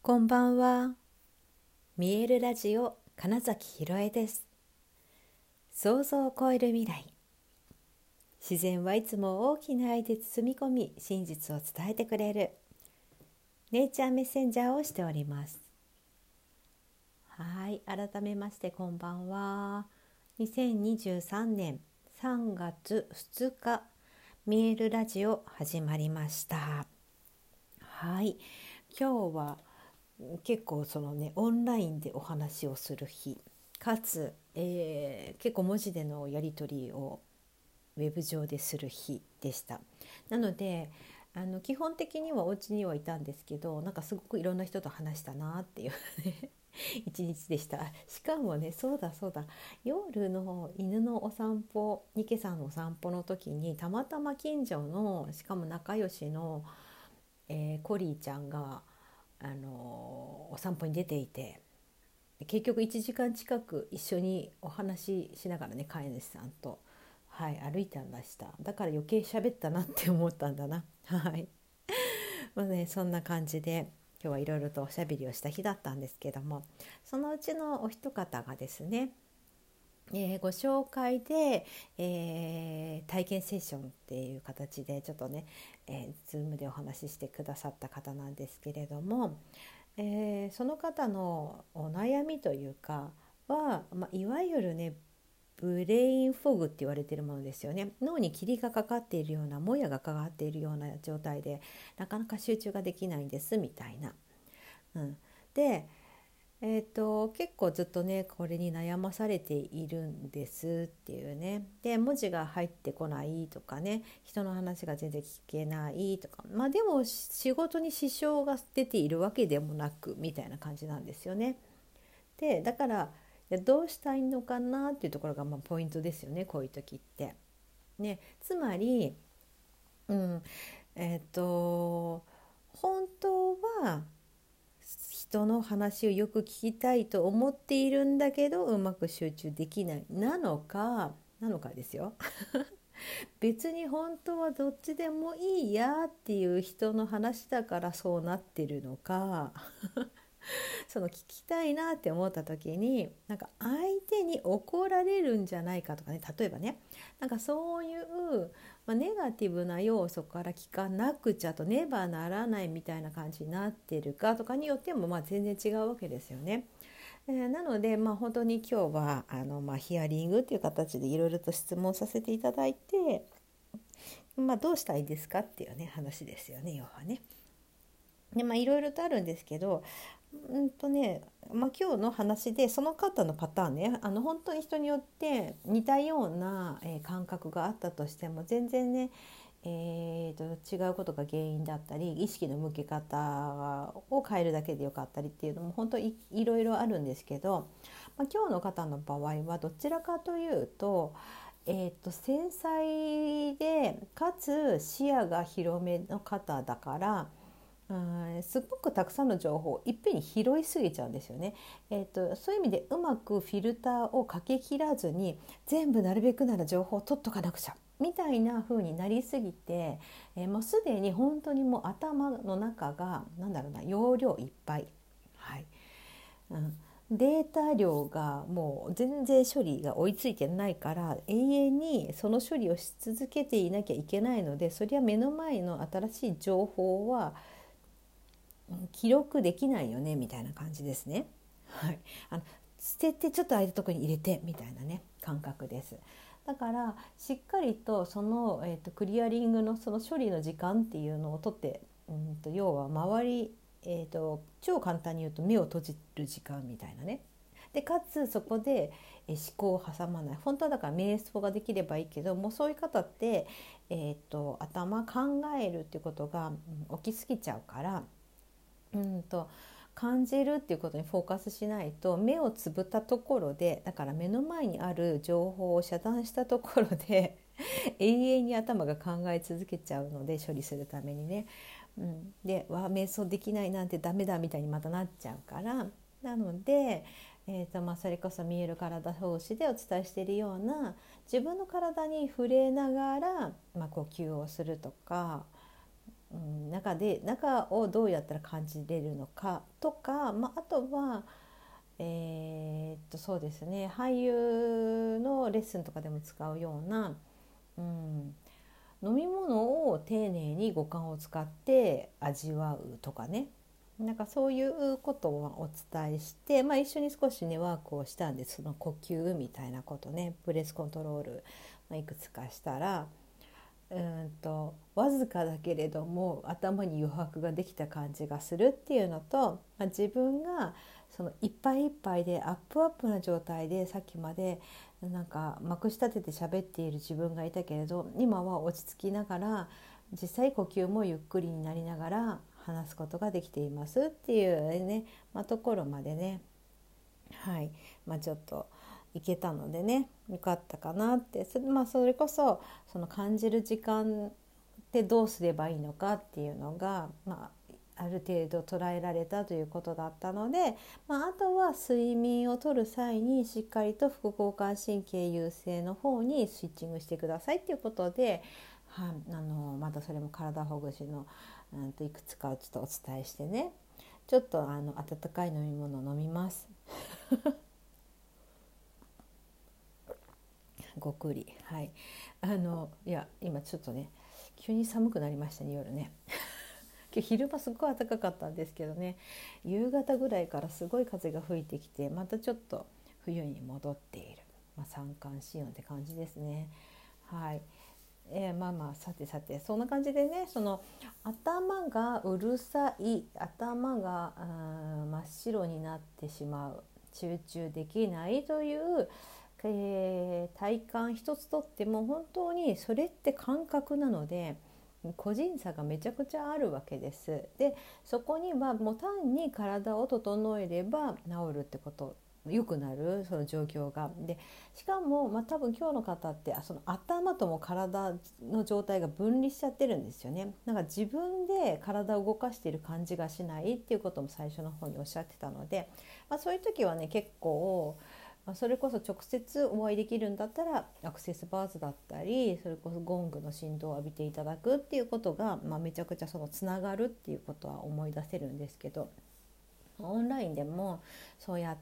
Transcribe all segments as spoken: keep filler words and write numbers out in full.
こんばんは。見えるラジオ金崎ひろえです。想像を超える未来。自然はいつも大きな愛で包み込み、真実を伝えてくれるネイチャーメッセンジャーをしております。はい、改めましてこんばんは。にせんにじゅうさんねんさんがつふつか、見えるラジオ始まりました。はい、今日は結構そのねオンラインでお話をする日かつ、えー結構文字でのやり取りをウェブ上でする日でした。なのであの基本的にはお家にはいたんですけど、なんかすごくいろんな人と話したなっていうね一日でした。しかもね、そうだそうだ、夜の犬のお散歩、ニケさんのお散歩の時にたまたま近所の、しかも仲良しの、えーコリーちゃんがあのお散歩に出ていて、結局いちじかん近く一緒にお話ししながらね、飼い主さんと、はい、歩いてました。だから余計喋ったなって思ったんだな。はい、まあね、そんな感じで今日はいろいろとおしゃべりをした日だったんですけども、そのうちのお一方がですね、えーご紹介で、えー体験セッションっていう形でちょっとね、えー、Zoom でお話ししてくださった方なんですけれども、えーその方のお悩みというかは、まあ、いわゆるねブレインフォグって言われているものですよね。脳に霧がかかっているような、もやがかかっているような状態でなかなか集中ができないんですみたいな。うん、で、えーと、結構ずっとねこれに悩まされているんですっていうね。で、文字が入ってこないとかね、人の話が全然聞けないとか、まあでも仕事に支障が出ているわけでもなくみたいな感じなんですよね。でだから、いやどうしたいのかなっていうところがまあポイントですよね、こういう時って。ね、つまり、うん、えっと本当は人の話をよく聞きたいと思っているんだけどうまく集中できないなのかなのかですよ。別に本当はどっちでもいいやっていう人の話だからそうなってるのか、その聞きたいなって思った時になんか相手に怒られるんじゃないかとかね、例えばね、なんかそういう、まあ、ネガティブな要素から聞かなくちゃとねばならないみたいな感じになってるかとかによってもまあ全然違うわけですよね。えーなので、まあ、本当に今日はあの、まあ、ヒアリングっていう形でいろいろと質問させていただいて、まあ、どうしたいですかっていうね話ですよね、要はね。で、まあ、いろいろとあるんですけど、うんとね、まあ、今日の話でその方のパターンね、あの本当に人によって似たような、えー感覚があったとしても全然ね、えーと違うことが原因だったり、意識の向け方を変えるだけでよかったりっていうのも本当にいろいろあるんですけど、まあ、今日の方の場合はどちらかというと、えーと繊細でかつ視野が広めの方だから、うん、すごくたくさんの情報をいっぺんに拾いすぎちゃうんですよね。えーと、そういう意味でうまくフィルターをかけきらずに全部なるべくなら情報を取っとかなくちゃみたいな風になりすぎて、えーもうすでに本当にもう頭の中がなんだろうな、容量いっぱい、はい、うん、データ量がもう全然処理が追いついてないから永遠にその処理をし続けていなきゃいけないので、そりゃ目の前の新しい情報は記録できないよねみたいな感じですね。はい、あの捨ててちょっと空いたところに入れてみたいなね感覚です。だからしっかりとその、えーと、クリアリングのその処理の時間っていうのをとって、うんと要は周り、えーと、超簡単に言うと目を閉じる時間みたいなね。でかつそこで思考を挟まない、本当はだから瞑想ができればいいけども、そういう方って、えーと、頭考えるっていうことが、うん、起きすぎちゃうから、うんと感じるっていうことにフォーカスしないと、目をつぶったところで、だから目の前にある情報を遮断したところで永遠に頭が考え続けちゃうので、処理するためにね、うん、でわ瞑想できないなんてダメだみたいにまたなっちゃうから、なので、えーとまあ、それこそ見える体奉仕でお伝えしているような、自分の体に触れながら、まあ、呼吸をするとか、 うん、中で中をどうやったら感じれるのかとか、まあ、あとはえーっとそうですね、俳優のレッスンとかでも使うような、うん、飲み物を丁寧に五感を使って味わうとかね、なんかそういうことをお伝えして、まあ、一緒に少しねワークをしたんです。その呼吸みたいなことね、ブレスコントロール、まあ、いくつかしたら、うんとわずかだけれども頭に余白ができた感じがするっていうのと、まあ、自分がそのいっぱいいっぱいでアップアップな状態でさっきまでなんかまくし立てて喋っている自分がいたけれど、今は落ち着きながら実際呼吸もゆっくりになりながら話すことができていますっていうね、まあ、ところまでね、はい、まあ、ちょっといけたのでね、よかったかなって。それ、まあ、それこそその感じる時間ってどうすればいいのかっていうのが、まあ、ある程度捉えられたということだったので、まあ、あとは睡眠をとる際にしっかりと副交感神経優勢の方にスイッチングしてくださいっていうことで、はあのまたそれも体ほぐしの、うん、といくつかをちょっとお伝えしてね、ちょっとあの温かい飲み物を飲みます。ごくり、はい、あのいや今ちょっとね急に寒くなりましたね、夜ね。今日昼間すごい暖かかったんですけどね、夕方ぐらいからすごい風が吹いてきて、またちょっと冬に戻っている、まあ、三寒四温って感じですね。はい、えー、まあまあさてさて、そんな感じでね、その頭がうるさい、頭が真っ白になってしまう、集中できないという、えー、体感一つとっても本当にそれって感覚なので、個人差がめちゃくちゃあるわけです。でそこにはもう単に体を整えれば治るってこと、良くなるその状況が。でしかも、まあ、多分今日の方ってその頭とも体の状態が分離しちゃってるんですよね。なんか自分で体を動かしている感じがしないっていうことも最初の方におっしゃってたので、まあ、そういう時はね結構それこそ直接お会いできるんだったらアクセスバーズだったり、それこそゴングの振動を浴びていただくっていうことが、まあ、めちゃくちゃそのつながるっていうことは思い出せるんですけど、オンラインでもそうやって、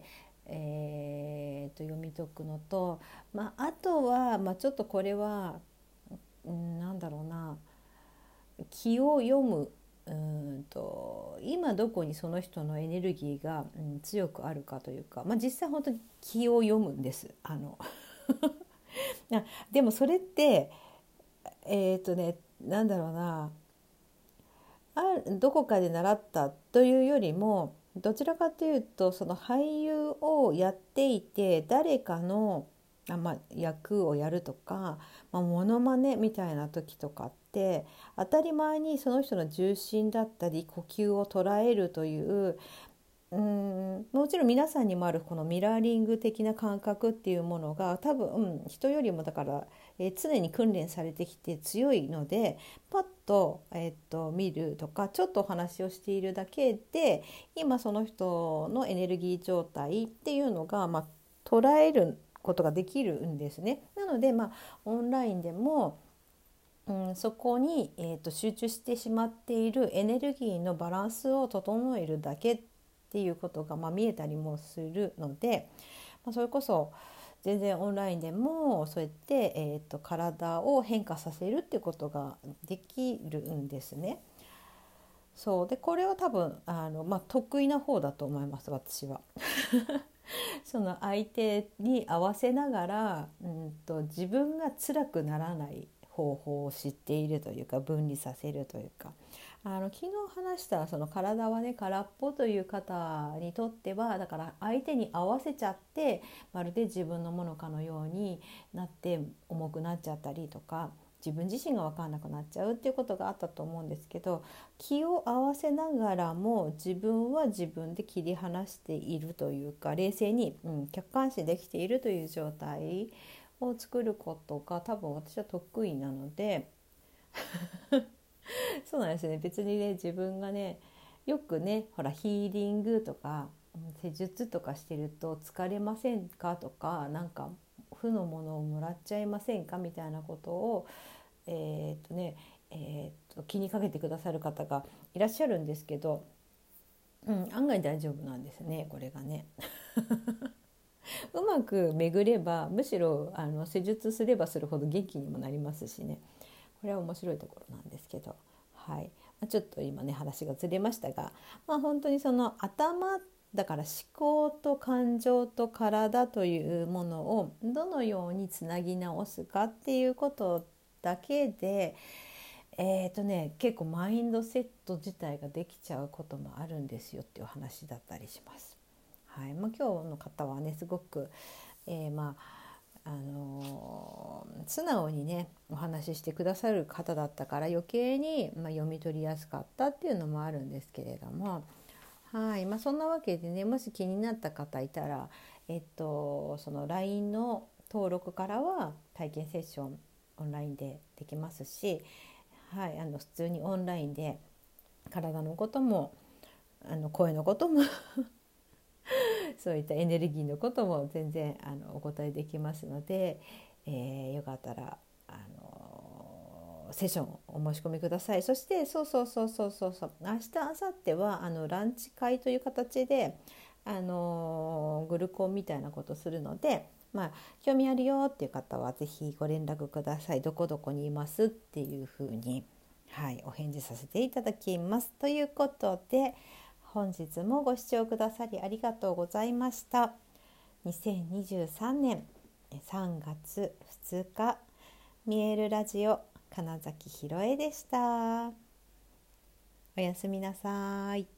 えー、と読み解くのと、まあ、あとは、まあ、ちょっとこれは、うん、なんだろうな、気を読む、うんと今どこにその人のエネルギーが、うん、強くあるかというか、まあ、実際本当に気を読むんです。あのでもそれってえっ、ー、とねなんだろうな、あどこかで習ったというよりも、どちらかというとその俳優をやっていて誰かのあ、まあ、役をやるとか、まあ、モノマネみたいな時とかって当たり前にその人の重心だったり呼吸を捉えるといううん、もちろん皆さんにもあるこのミラーリング的な感覚っていうものが多分、うん、人よりもだから、えー常に訓練されてきて強いので、パッと、えーっと見るとかちょっとお話をしているだけで今その人のエネルギー状態っていうのが、まあ、捉えることができるんですね。なので、まあ、オンラインでもうん、そこに、えーと、集中してしまっているエネルギーのバランスを整えるだけっていうことが、まあ、見えたりもするので、まあ、それこそ全然オンラインでもそうやって、えーと、体を変化させるっていうことができるんですね。そうでこれは多分あの、まあ、得意な方だと思います、私は。その相手に合わせながら、うんと、自分が辛くならない方法を知っているというか、分離させるというか、あの昨日話したその体はね空っぽという方にとっては、だから相手に合わせちゃってまるで自分のものかのようになって重くなっちゃったりとか、自分自身が分かんなくなっちゃうっていうことがあったと思うんですけど、気を合わせながらも自分は自分で切り離しているというか、冷静に、うん、客観視できているという状態を作ることが多分私は得意なのでそうなんですね。別にね自分がねよくねほらヒーリングとか施術とかしてると疲れませんかとか、なんか負のものをもらっちゃいませんかみたいなことをえーっとねえーっと気にかけてくださる方がいらっしゃるんですけど、うん、案外大丈夫なんですね、これがね。うまく巡ればむしろあの施術すればするほど元気にもなりますしね、これは面白いところなんですけど、はい、まあ、ちょっと今ね話がずれましたが、まあ、本当にその頭だから思考と感情と体というものをどのようにつなぎ直すかっていうことだけで、えーとね、結構マインドセット自体ができちゃうこともあるんですよっていう話だったりします。はい、まあ、今日の方はねすごく、えー、まああのー素直にねお話ししてくださる方だったから余計に、まあ、読み取りやすかったっていうのもあるんですけれども、はい、まあ、そんなわけでね、もし気になった方いたら、えっと、その ライン の登録からは体験セッションオンラインでできますし、はい、あの普通にオンラインで体のこともあの声のこともそういったエネルギーのことも全然あのお答えできますので、えーよかったらあのセッションをお申し込みください。そしてそうそうそうそうそうそう明日明後日はあのランチ会という形であのグルコンみたいなことするので、まあ、興味あるよっていう方はぜひご連絡ください。どこどこにいますっていうふうに、はい、お返事させていただきます。ということで本日もご視聴くださりありがとうございました。にせんにじゅうさんねんさんがつふつか見えるラジオ金崎ひろえでした。おやすみなさい。